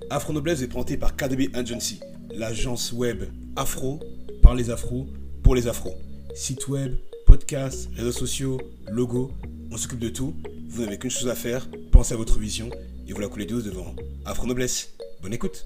Afro Noblesse est présenté par KDB Agency, l'agence web afro, par les afros, pour les afros. Site web, podcast, réseaux sociaux, logo, on s'occupe de tout. Vous n'avez qu'une chose à faire, pensez à votre vision et vous la coulez douce devant Afro Noblesse. Bonne écoute.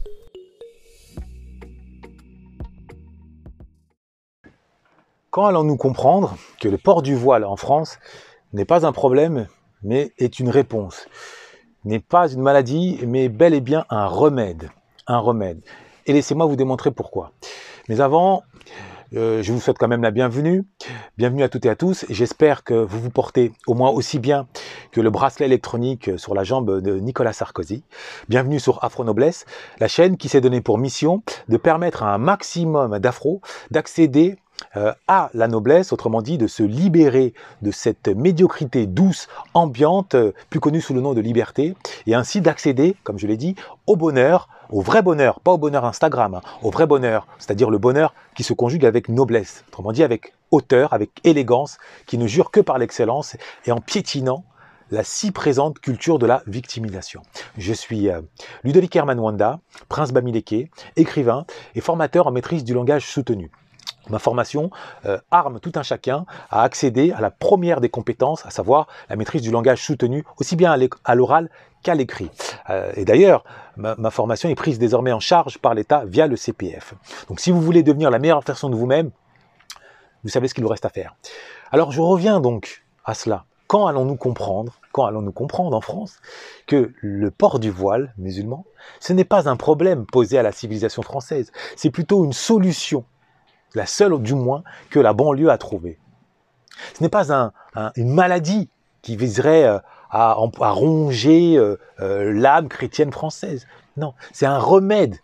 Quand allons-nous comprendre que le port du voile en France n'est pas un problème, mais est une réponse, n'est pas une maladie, mais bel et bien un remède. Un remède. Et laissez-moi vous démontrer pourquoi. Mais avant, je vous souhaite quand même la bienvenue. Bienvenue à toutes et à tous. J'espère que vous vous portez au moins aussi bien que le bracelet électronique sur la jambe de Nicolas Sarkozy. Bienvenue sur Afro Noblesse, la chaîne qui s'est donnée pour mission de permettre à un maximum d'afros d'accéder à la noblesse, autrement dit de se libérer de cette médiocrité douce, ambiante, plus connue sous le nom de liberté, et ainsi d'accéder, comme je l'ai dit, au bonheur, au vrai bonheur, pas au bonheur Instagram, hein, au vrai bonheur, c'est-à-dire le bonheur qui se conjugue avec noblesse, autrement dit avec hauteur, avec élégance, qui ne jure que par l'excellence et en piétinant la si présente culture de la victimisation. Je suis Ludovic Herman Wanda, prince Bamileke, écrivain et formateur en maîtrise du langage soutenu. Ma formation arme tout un chacun à accéder à la première des compétences, à savoir la maîtrise du langage soutenu, aussi bien à l'oral qu'à l'écrit. Et d'ailleurs, ma formation est prise désormais en charge par l'État via le CPF. Donc si vous voulez devenir la meilleure version de vous-même, vous savez ce qu'il vous reste à faire. Alors je reviens donc à cela. Quand allons-nous comprendre en France que le port du voile musulman, ce n'est pas un problème posé à la civilisation française, c'est plutôt une solution, la seule du moins que la banlieue a trouvée. Ce n'est pas une maladie qui viserait à ronger l'âme chrétienne française. Non, c'est un remède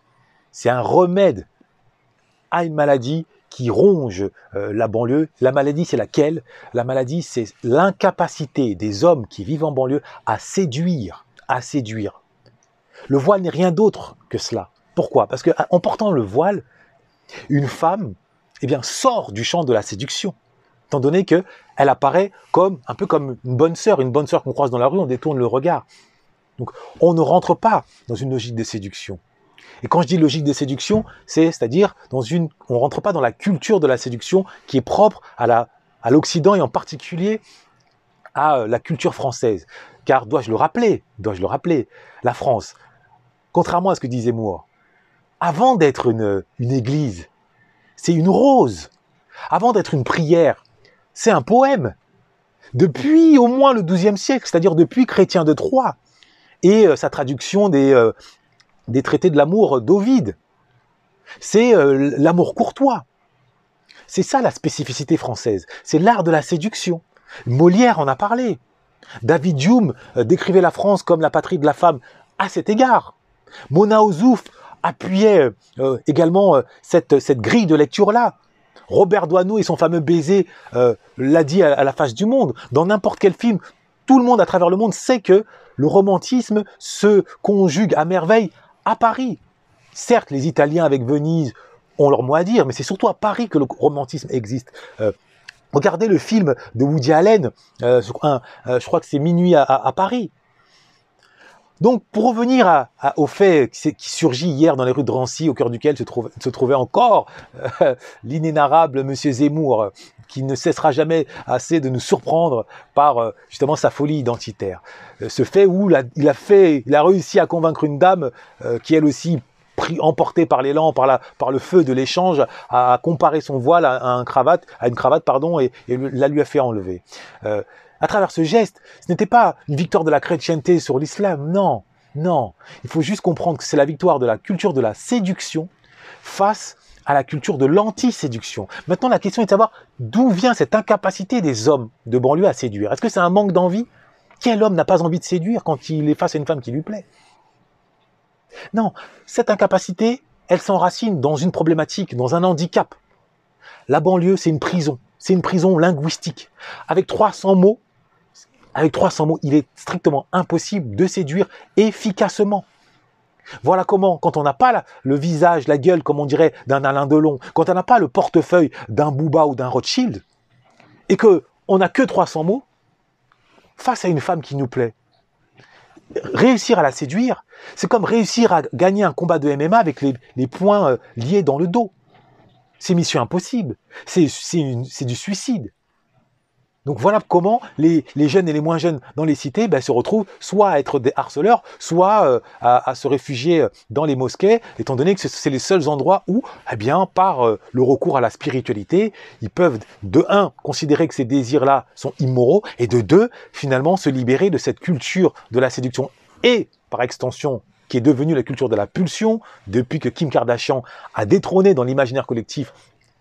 à une maladie qui ronge la banlieue. La maladie, c'est laquelle? La maladie, c'est l'incapacité des hommes qui vivent en banlieue à séduire. Le voile n'est rien d'autre que cela. Pourquoi? Parce qu'en portant le voile, une femme sort du champ de la séduction, étant donné qu'elle apparaît un peu comme une bonne sœur qu'on croise dans la rue, on détourne le regard. Donc on ne rentre pas dans une logique de séduction. Et quand je dis logique de séduction, c'est-à-dire on ne rentre pas dans la culture de la séduction qui est propre à l'Occident et en particulier à la culture française. Car dois-je le rappeler, la France, contrairement à ce que disait Zemmour, avant d'être une église, c'est une rose. Avant d'être une prière, c'est un poème. Depuis au moins le XIIe siècle, c'est-à-dire depuis Chrétien de Troyes et sa traduction des traités de l'amour d'Ovide. C'est l'amour courtois. C'est ça la spécificité française. C'est l'art de la séduction. Molière en a parlé. David Hume décrivait la France comme la patrie de la femme à cet égard. Mona Ozouf appuyait également cette grille de lecture-là. Robert Doisneau et son fameux baiser l'a dit à la face du monde. Dans n'importe quel film, tout le monde à travers le monde sait que le romantisme se conjugue à merveille à Paris. Certes, les Italiens avec Venise ont leur mot à dire, mais c'est surtout à Paris que le romantisme existe. Regardez le film de Woody Allen, je crois que c'est Minuit à Paris. Donc, pour revenir au fait qui surgit hier dans les rues de Drancy, au cœur duquel se trouvait encore l'inénarrable Monsieur Zemmour, qui ne cessera jamais assez de nous surprendre par justement sa folie identitaire. Ce fait où il a réussi à convaincre une dame qui elle aussi emportée par l'élan, par le feu de l'échange, à comparer son voile à une cravate, et la lui a fait enlever. À travers ce geste, ce n'était pas une victoire de la chrétienté sur l'islam, non. Il faut juste comprendre que c'est la victoire de la culture de la séduction face à la culture de l'anti-séduction. Maintenant, la question est de savoir d'où vient cette incapacité des hommes de banlieue à séduire. Est-ce que c'est un manque d'envie? Quel homme n'a pas envie de séduire quand il est face à une femme qui lui plaît? Non, cette incapacité, elle s'enracine dans une problématique, dans un handicap. La banlieue, c'est une prison linguistique. Avec 300 mots, il est strictement impossible de séduire efficacement. Voilà comment, quand on n'a pas le visage, la gueule, comme on dirait, d'un Alain Delon, quand on n'a pas le portefeuille d'un Booba ou d'un Rothschild, et qu'on n'a que 300 mots, face à une femme qui nous plaît, réussir à la séduire, c'est comme réussir à gagner un combat de MMA avec les poings liés dans le dos. C'est mission impossible. C'est du suicide. Donc voilà comment les jeunes et les moins jeunes dans les cités se retrouvent soit à être des harceleurs, soit à se réfugier dans les mosquées, étant donné que c'est les seuls endroits où, par le recours à la spiritualité, ils peuvent, de un, considérer que ces désirs-là sont immoraux, et de deux, finalement, se libérer de cette culture de la séduction et, par extension, qui est devenue la culture de la pulsion, depuis que Kim Kardashian a détrôné dans l'imaginaire collectif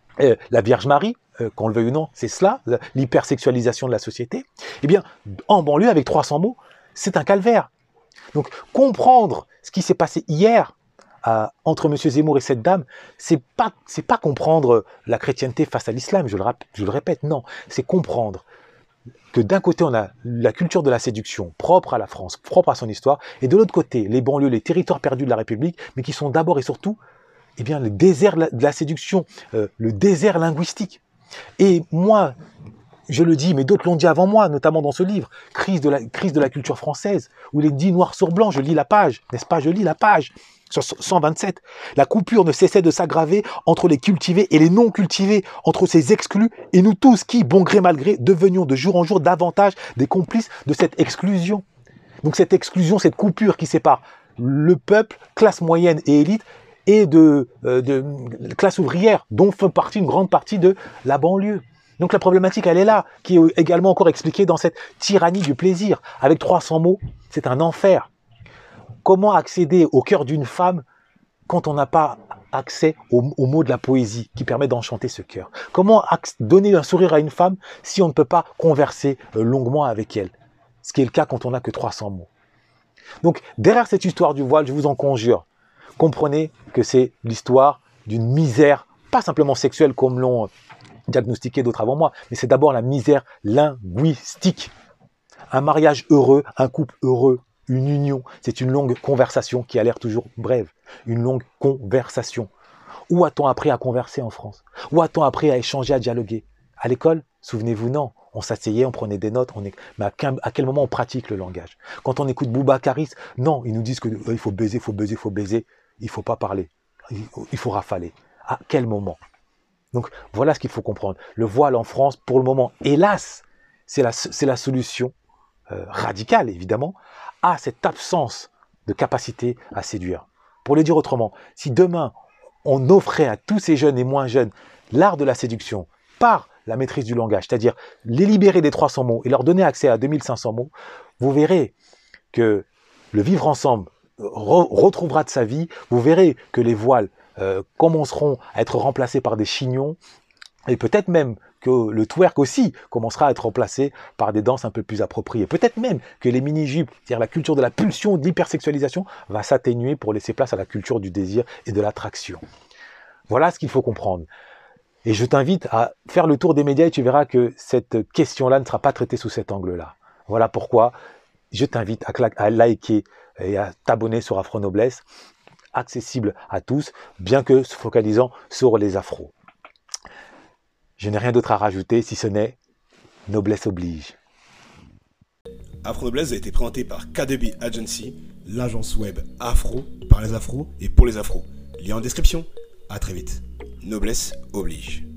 la Vierge Marie, qu'on le veuille ou non, c'est cela, l'hypersexualisation de la société. Eh bien, en banlieue, avec 300 mots, c'est un calvaire. Donc, comprendre ce qui s'est passé hier entre M. Zemmour et cette dame, c'est pas comprendre la chrétienté face à l'islam, je le répète, non. C'est comprendre que d'un côté, on a la culture de la séduction, propre à la France, propre à son histoire, et de l'autre côté, les banlieues, les territoires perdus de la République, mais qui sont d'abord et surtout le désert de la séduction, le désert linguistique. Et moi, je le dis, mais d'autres l'ont dit avant moi, notamment dans ce livre, crise de la culture française, où il est dit noir sur blanc, je lis la page, n'est-ce pas, je lis la page, sur 127. La coupure ne cessait de s'aggraver entre les cultivés et les non-cultivés, entre ces exclus et nous tous qui, bon gré mal gré, devenions de jour en jour davantage des complices de cette exclusion. Donc cette exclusion, cette coupure qui sépare le peuple, classe moyenne et élite, et de classe ouvrière, dont fait partie une grande partie de la banlieue. Donc la problématique, elle est là, qui est également encore expliquée dans cette tyrannie du plaisir. Avec 300 mots, c'est un enfer. Comment accéder au cœur d'une femme quand on n'a pas accès aux mots de la poésie qui permet d'enchanter ce cœur? Comment donner un sourire à une femme si on ne peut pas converser longuement avec elle? Ce qui est le cas quand on n'a que 300 mots. Donc derrière cette histoire du voile, je vous en conjure, comprenez que c'est l'histoire d'une misère, pas simplement sexuelle comme l'ont diagnostiqué d'autres avant moi, mais c'est d'abord la misère linguistique. Un mariage heureux, un couple heureux, une union, c'est une longue conversation qui a l'air toujours brève. Une longue conversation. Où a-t-on appris à converser en France? Où a-t-on appris à échanger, à dialoguer? À l'école? Souvenez-vous, non. On s'asseyait, on prenait des notes, mais à quel moment on pratique le langage? Quand on écoute Boubacaris, non, ils nous disent qu'il faut baiser, il faut baiser, il faut baiser. Il ne faut pas parler, il faut rafaler. À quel moment? Donc voilà ce qu'il faut comprendre. Le voile en France, pour le moment, hélas, c'est la solution radicale, évidemment, à cette absence de capacité à séduire. Pour le dire autrement, si demain, on offrait à tous ces jeunes et moins jeunes l'art de la séduction par la maîtrise du langage, c'est-à-dire les libérer des 300 mots et leur donner accès à 2500 mots, vous verrez que le vivre ensemble retrouvera de sa vie, vous verrez que les voiles commenceront à être remplacés par des chignons, et peut-être même que le twerk aussi commencera à être remplacé par des danses un peu plus appropriées. Peut-être même que les mini-jupes, c'est-à-dire la culture de la pulsion, de l'hypersexualisation, va s'atténuer pour laisser place à la culture du désir et de l'attraction. Voilà ce qu'il faut comprendre. Et je t'invite à faire le tour des médias et tu verras que cette question-là ne sera pas traitée sous cet angle-là. Voilà pourquoi je t'invite à liker et à t'abonner sur Afro Noblesse, accessible à tous, bien que se focalisant sur les afros. Je n'ai rien d'autre à rajouter, si ce n'est noblesse oblige. Afro Noblesse a été présenté par K2B Agency, l'agence web afro, par les afros et pour les afros. Lien en description. À très vite. Noblesse oblige.